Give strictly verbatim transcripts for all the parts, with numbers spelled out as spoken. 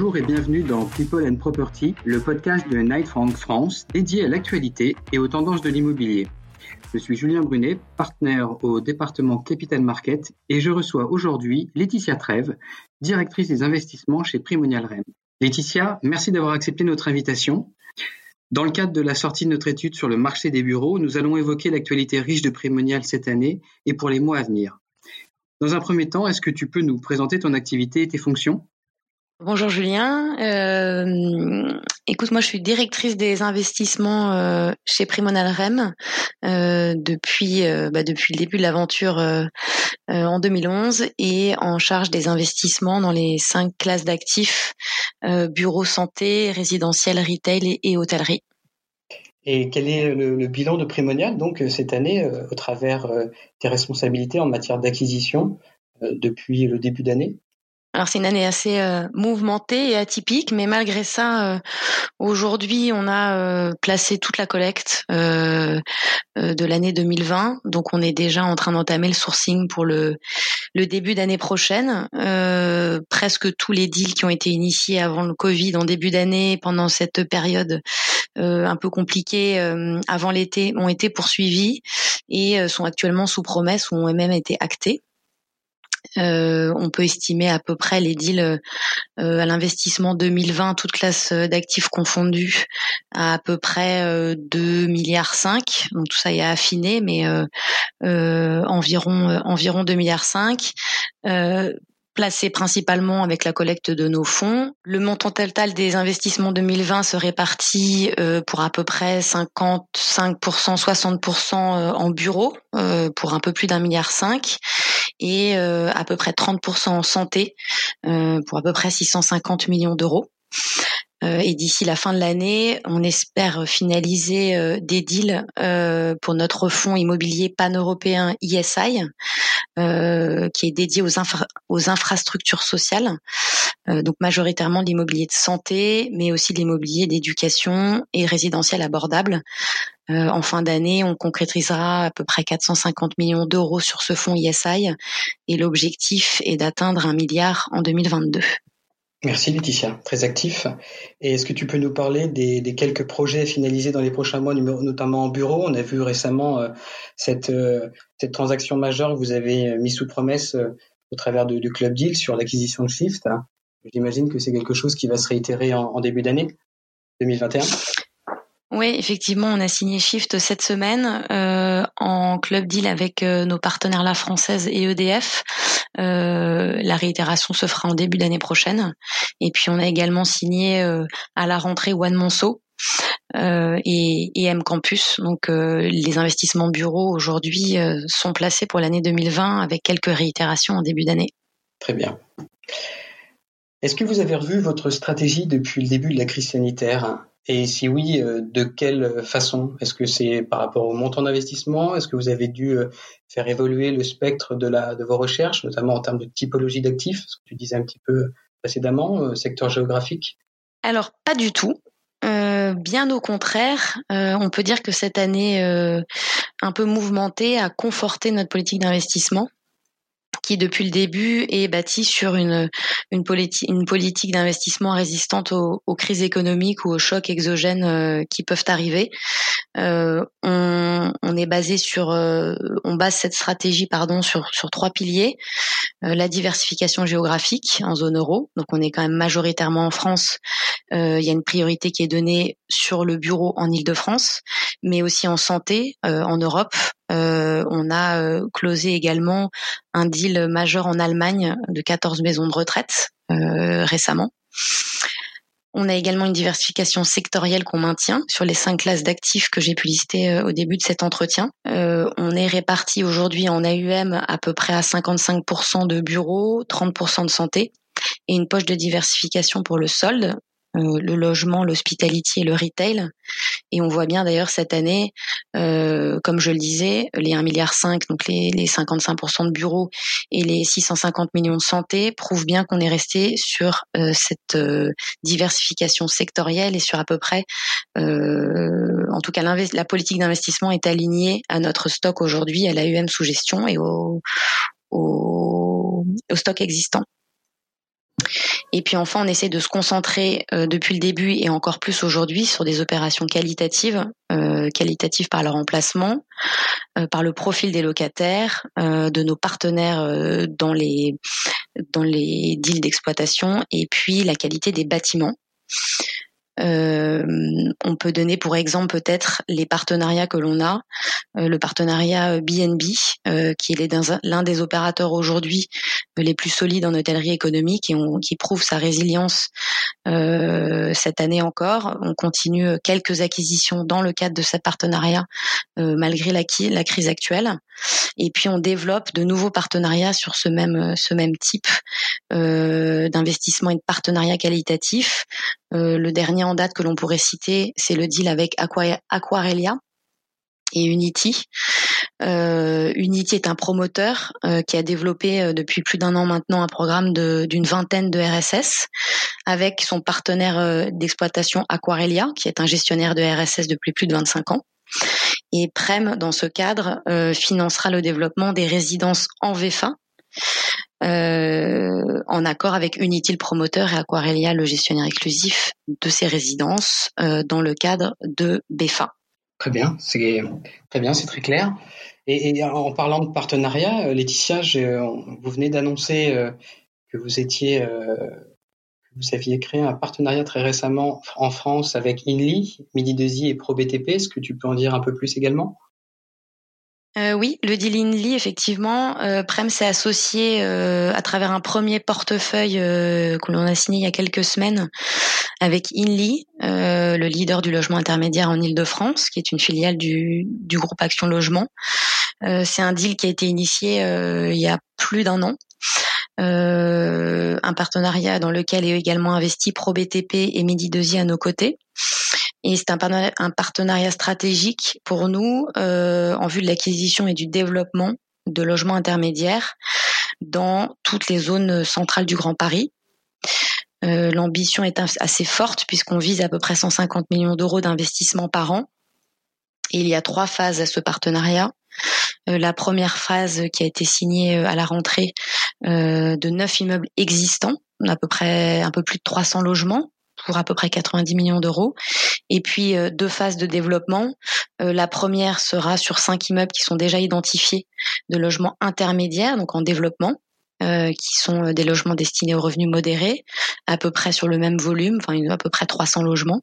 Bonjour et bienvenue dans People and Property, le podcast de Knight Frank France dédié à l'actualité et aux tendances de l'immobilier. Je suis Julien Brunet, partenaire au département Capital Market et je reçois aujourd'hui Laetitia Trèves, directrice des investissements chez Primonial R E M. Laetitia, merci d'avoir accepté notre invitation. Dans le cadre de la sortie de notre étude sur le marché des bureaux, nous allons évoquer l'actualité riche de Primonial cette année et pour les mois à venir. Dans un premier temps, est-ce que tu peux nous présenter ton activité et tes fonctions ? Bonjour Julien, euh, écoute, moi je suis directrice des investissements euh, chez Primonial R E M euh, depuis euh, bah, depuis le début de l'aventure euh, euh, en deux mille onze et en charge des investissements dans les cinq classes d'actifs euh, bureaux, santé, résidentiel, retail et, et hôtellerie. Et quel est le, le bilan de Primonial donc cette année euh, au travers euh, tes responsabilités en matière d'acquisition euh, depuis le début d'année ? Alors c'est une année assez euh, mouvementée et atypique, mais malgré ça, euh, aujourd'hui on a euh, placé toute la collecte euh, euh, de l'année deux mille vingt, donc on est déjà en train d'entamer le sourcing pour le le début d'année prochaine. Euh, presque tous les deals qui ont été initiés avant le Covid en début d'année, pendant cette période euh, un peu compliquée euh, avant l'été, ont été poursuivis et euh, sont actuellement sous promesse ou ont même été actés. Euh, on peut estimer à peu près les deals euh, à l'investissement deux mille vingt, toutes classes d'actifs confondues, à à peu près euh, deux milliards cinq. Donc tout ça est affiné, mais euh, euh, environ euh, environ deux milliards cinq. Euh, placés principalement avec la collecte de nos fonds. Le montant total des investissements deux mille vingt se répartit euh, pour à peu près cinquante-cinq pour cent, soixante pour cent en bureaux, euh, pour un peu plus d'un milliard cinq, et euh, à peu près trente pour cent en santé, euh, pour à peu près six cent cinquante millions d'euros. Euh, et d'ici la fin de l'année, on espère finaliser euh, des deals euh, pour notre fonds immobilier pan-européen I S I, euh, qui est dédié aux, infra- aux infrastructures sociales, euh, donc majoritairement de l'immobilier de santé, mais aussi de l'immobilier d'éducation et résidentiel abordable. Euh, en fin d'année, on concrétisera à peu près quatre cent cinquante millions d'euros sur ce fonds I S I et l'objectif est d'atteindre un milliard en deux mille vingt-deux. Merci Laetitia, très actif. Et est-ce que tu peux nous parler des, des quelques projets finalisés dans les prochains mois, notamment en bureau ? On a vu récemment euh, cette, euh, cette transaction majeure que vous avez mise sous promesse euh, au travers de, du Club Deal sur l'acquisition de Shift. Hein. J'imagine que c'est quelque chose qui va se réitérer en, en début d'année deux mille vingt et un. Oui, effectivement, on a signé Shift cette semaine euh, en club deal avec euh, nos partenaires La Française et E D F. Euh, la réitération se fera en début d'année prochaine. Et puis, on a également signé euh, à la rentrée One Monceau euh, et, et M Campus. Donc, euh, les investissements bureaux aujourd'hui euh, sont placés pour l'année deux mille vingt avec quelques réitérations en début d'année. Très bien. Est-ce que vous avez revu votre stratégie depuis le début de la crise sanitaire ? Et si oui, de quelle façon ? Est-ce que c'est par rapport au montant d'investissement ? Est-ce que vous avez dû faire évoluer le spectre de, la, de vos recherches, notamment en termes de typologie d'actifs, ce que tu disais un petit peu précédemment, secteur géographique ? Alors, pas du tout. Euh, bien au contraire, euh, on peut dire que cette année euh, un peu mouvementée a conforté notre politique d'investissement, qui depuis le début est bâtie sur une une, politi- une politique d'investissement résistante aux, aux crises économiques ou aux chocs exogènes euh, qui peuvent arriver. Euh, on, on est basé sur, euh, on base cette stratégie pardon sur sur trois piliers. Euh, la diversification géographique en zone euro, donc on est quand même majoritairement en France. Euh, il y a une priorité qui est donnée sur le bureau en Île-de-France, mais aussi en santé euh, en Europe. Euh, on a euh, closé également un deal majeur en Allemagne de quatorze maisons de retraite euh, récemment. On a également une diversification sectorielle qu'on maintient sur les cinq classes d'actifs que j'ai pu lister euh, au début de cet entretien. Euh, on est réparti aujourd'hui en A U M à peu près à cinquante-cinq pour cent de bureaux, trente pour cent de santé et une poche de diversification pour le solde, euh, le logement, l'hospitality et le retail. Et on voit bien d'ailleurs cette année, euh, comme je le disais, les un virgule cinq milliard, donc les, les cinquante-cinq pour cent de bureaux et les six cent cinquante millions de santé prouvent bien qu'on est resté sur euh, cette euh, diversification sectorielle et sur à peu près, euh, en tout cas la politique d'investissement est alignée à notre stock aujourd'hui, à l'A U M sous gestion et au, au, au stock existant. Et puis enfin, on essaie de se concentrer euh, depuis le début et encore plus aujourd'hui sur des opérations qualitatives, euh, qualitatives par leur emplacement, euh, par le profil des locataires, euh, de nos partenaires euh, dans les dans les deals d'exploitation et puis la qualité des bâtiments. Euh, on peut donner pour exemple peut-être les partenariats que l'on a, euh, le partenariat B and B, euh, qui est l'un des opérateurs aujourd'hui les plus solides en hôtellerie économique et on, qui prouve sa résilience euh, cette année encore. On continue quelques acquisitions dans le cadre de ce partenariat euh, malgré la, la crise actuelle. Et puis on développe de nouveaux partenariats sur ce même ce même type euh, d'investissement et de partenariat qualitatif. Euh, le dernier en date que l'on pourrait citer, c'est le deal avec Aqua, Aquarelia et Unity. Euh, Unity est un promoteur euh, qui a développé euh, depuis plus d'un an maintenant un programme de, d'une vingtaine de R S S avec son partenaire euh, d'exploitation Aquarelia, qui est un gestionnaire de R S S depuis plus de vingt-cinq ans. Et Prem, dans ce cadre, euh, financera le développement des résidences en V F A, euh, en accord avec Unity, le promoteur, et Aquarelia, le gestionnaire exclusif de ces résidences, euh, dans le cadre de B F A. Très bien, c'est très bien, c'est très clair. Et, et en parlant de partenariat, Laetitia, je, vous venez d'annoncer euh, que vous étiez, euh, que vous aviez créé un partenariat très récemment en France avec Inly, Midi deux i et ProBTP. Est-ce que tu peux en dire un peu plus également ? Euh, oui, le deal Inly, effectivement, euh, Prem s'est associé euh, à travers un premier portefeuille euh, que l'on a signé il y a quelques semaines avec Inly, euh, le leader du logement intermédiaire en Île-de-France, qui est une filiale du, du groupe Action Logement. Euh, c'est un deal qui a été initié euh, il y a plus d'un an. Euh, un partenariat dans lequel est également investi ProBTP et Midi deux i à nos côtés. Et c'est un partenariat, un partenariat stratégique pour nous euh, en vue de l'acquisition et du développement de logements intermédiaires dans toutes les zones centrales du Grand Paris. Euh, l'ambition est assez forte puisqu'on vise à peu près cent cinquante millions d'euros d'investissement par an. Et il y a trois phases à ce partenariat. Euh, la première phase qui a été signée à la rentrée euh, de neuf immeubles existants, à peu près un peu plus de trois cents logements pour à peu près quatre-vingt-dix millions d'euros. Et puis euh, deux phases de développement. Euh, la première sera sur cinq immeubles qui sont déjà identifiés de logements intermédiaires, donc en développement, euh, qui sont des logements destinés aux revenus modérés, à peu près sur le même volume, enfin à peu près trois cents logements.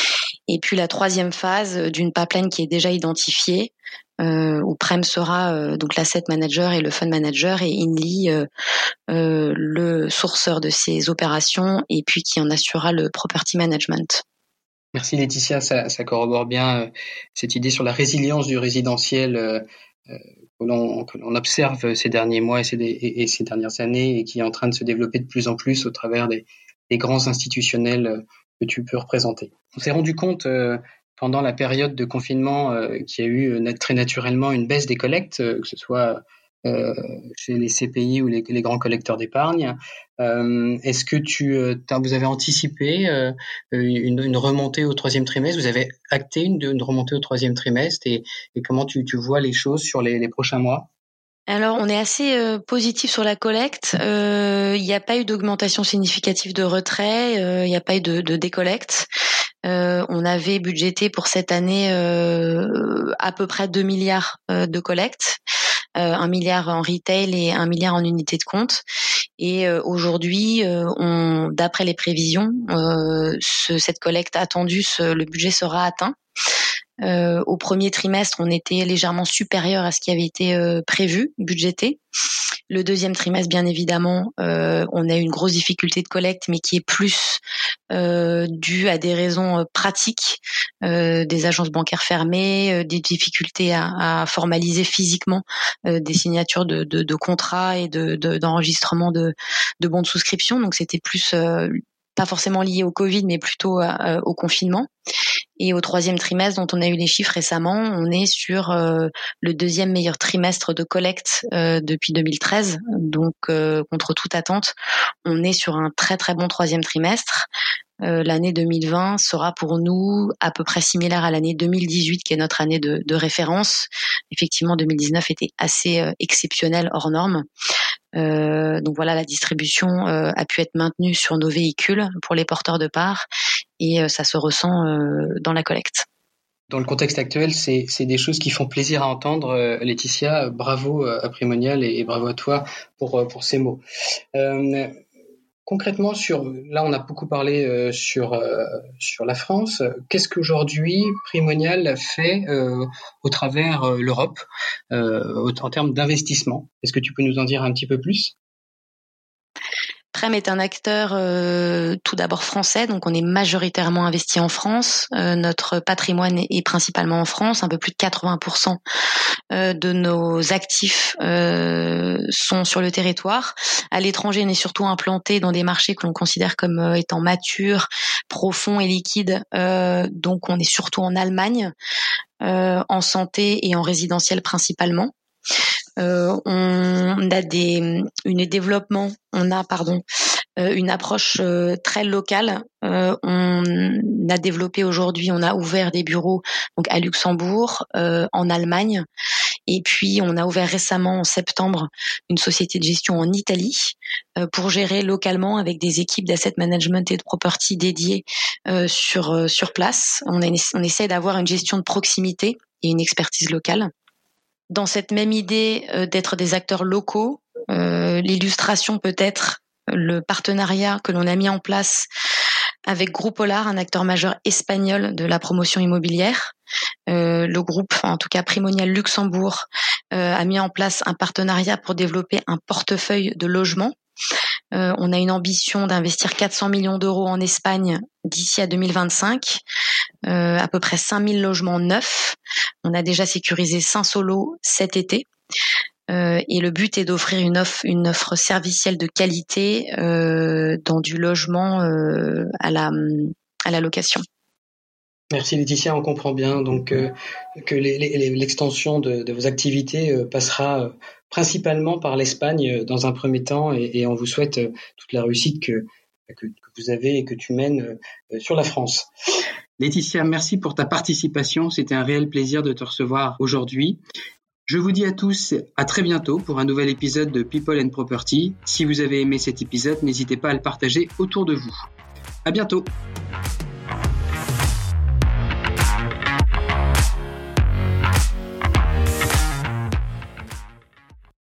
Et puis la troisième phase d'une pipeline qui est déjà identifiée, euh, où Prem sera euh, donc l'asset manager et le fund manager, et Inly euh, euh, le sourceur de ces opérations, et puis qui en assurera le property management. Merci Laetitia, ça, ça corrobore bien euh, cette idée sur la résilience du résidentiel euh, euh, que, l'on, que l'on observe ces derniers mois et ces, et, et ces dernières années et qui est en train de se développer de plus en plus au travers des, des grands institutionnels euh, que tu peux représenter. On s'est rendu compte euh, pendant la période de confinement euh, qu'il y a eu euh, très naturellement une baisse des collectes, euh, que ce soit euh, chez les C P I ou les, les grands collecteurs d'épargne. Euh, est-ce que tu, euh, vous avez anticipé euh, une, une remontée au troisième trimestre ? Vous avez acté une, une remontée au troisième trimestre et, et comment tu, tu vois les choses sur les, les prochains mois ? Alors, on est assez euh, positif sur la collecte. Il euh, n'y a pas eu d'augmentation significative de retrait. Il euh, n'y a pas eu de, de décollecte. Euh, on avait budgété pour cette année euh, à peu près deux milliards euh, de collecte, euh, un milliard en retail et un milliard en unité de compte. Et euh, aujourd'hui, euh, on, d'après les prévisions, euh, ce, cette collecte attendue, ce, le budget sera atteint. Euh, au premier trimestre, on était légèrement supérieur à ce qui avait été euh, prévu, budgété. Le deuxième trimestre, bien évidemment, euh, on a eu une grosse difficulté de collecte, mais qui est plus euh, due à des raisons euh, pratiques, euh, des agences bancaires fermées, euh, des difficultés à, à formaliser physiquement euh, des signatures de, de, de contrats et de, de, d'enregistrement de, de bons de souscription. Donc, c'était plus euh, pas forcément lié au Covid, mais plutôt à, au confinement. Et au troisième trimestre, dont on a eu les chiffres récemment, on est sur euh, le deuxième meilleur trimestre de collecte euh, depuis deux mille treize. Donc, euh, contre toute attente, on est sur un très très bon troisième trimestre. Euh, l'année deux mille vingt sera pour nous à peu près similaire à l'année deux mille dix-huit, qui est notre année de, de référence. Effectivement, deux mille dix-neuf était assez euh, exceptionnel, hors norme. Euh, donc voilà, la distribution euh, a pu être maintenue sur nos véhicules pour les porteurs de parts et euh, ça se ressent euh, dans la collecte. Dans le contexte actuel, c'est, c'est des choses qui font plaisir à entendre. Euh, Laetitia, bravo à Primonial et, et bravo à toi pour, pour ces mots. Euh, concrètement, sur, là, on a beaucoup parlé euh, sur, euh, sur la France. Qu'est-ce qu'aujourd'hui Primonial fait euh, au travers euh, l'Europe euh, en termes d'investissement? Est-ce que tu peux nous en dire un petit peu plus? Prem est un acteur euh, tout d'abord français, donc on est majoritairement investi en France. Euh, notre patrimoine est, est principalement en France, un peu plus de quatre-vingts pour cent euh, de nos actifs euh, sont sur le territoire. À l'étranger, on est surtout implanté dans des marchés que l'on considère comme euh, étant matures, profonds et liquides. Euh, donc on est surtout en Allemagne, euh, en santé et en résidentiel principalement. Euh, on a des, une développement, on a pardon, euh, une approche euh, très locale. Euh, on a développé aujourd'hui, on a ouvert des bureaux donc à Luxembourg, euh, en Allemagne, et puis on a ouvert récemment en septembre une société de gestion en Italie euh, pour gérer localement avec des équipes d'asset management et de property dédiées euh, sur euh, sur place. On, a, on essaie d'avoir une gestion de proximité et une expertise locale. Dans cette même idée euh, d'être des acteurs locaux, euh, l'illustration peut être le partenariat que l'on a mis en place avec Grupolar, un acteur majeur espagnol de la promotion immobilière. Euh, le groupe, en tout cas Primonial Luxembourg, euh, a mis en place un partenariat pour développer un portefeuille de logements. Euh, on a une ambition d'investir quatre cents millions d'euros en Espagne d'ici à deux mille vingt-cinq, euh, à peu près cinq mille logements neufs. On a déjà sécurisé cinq solos cet été. Euh, et le but est d'offrir une offre, une offre servicielle de qualité euh, dans du logement euh, à la, à la location. Merci Laetitia, on comprend bien donc euh, que les, les, l'extension de, de vos activités euh, passera euh, principalement par l'Espagne euh, dans un premier temps et, et on vous souhaite euh, toute la réussite que, que, que vous avez et que tu mènes euh, sur la France. Laetitia, merci pour ta participation, c'était un réel plaisir de te recevoir aujourd'hui. Je vous dis à tous à très bientôt pour un nouvel épisode de People and Property. Si vous avez aimé cet épisode, n'hésitez pas à le partager autour de vous. À bientôt.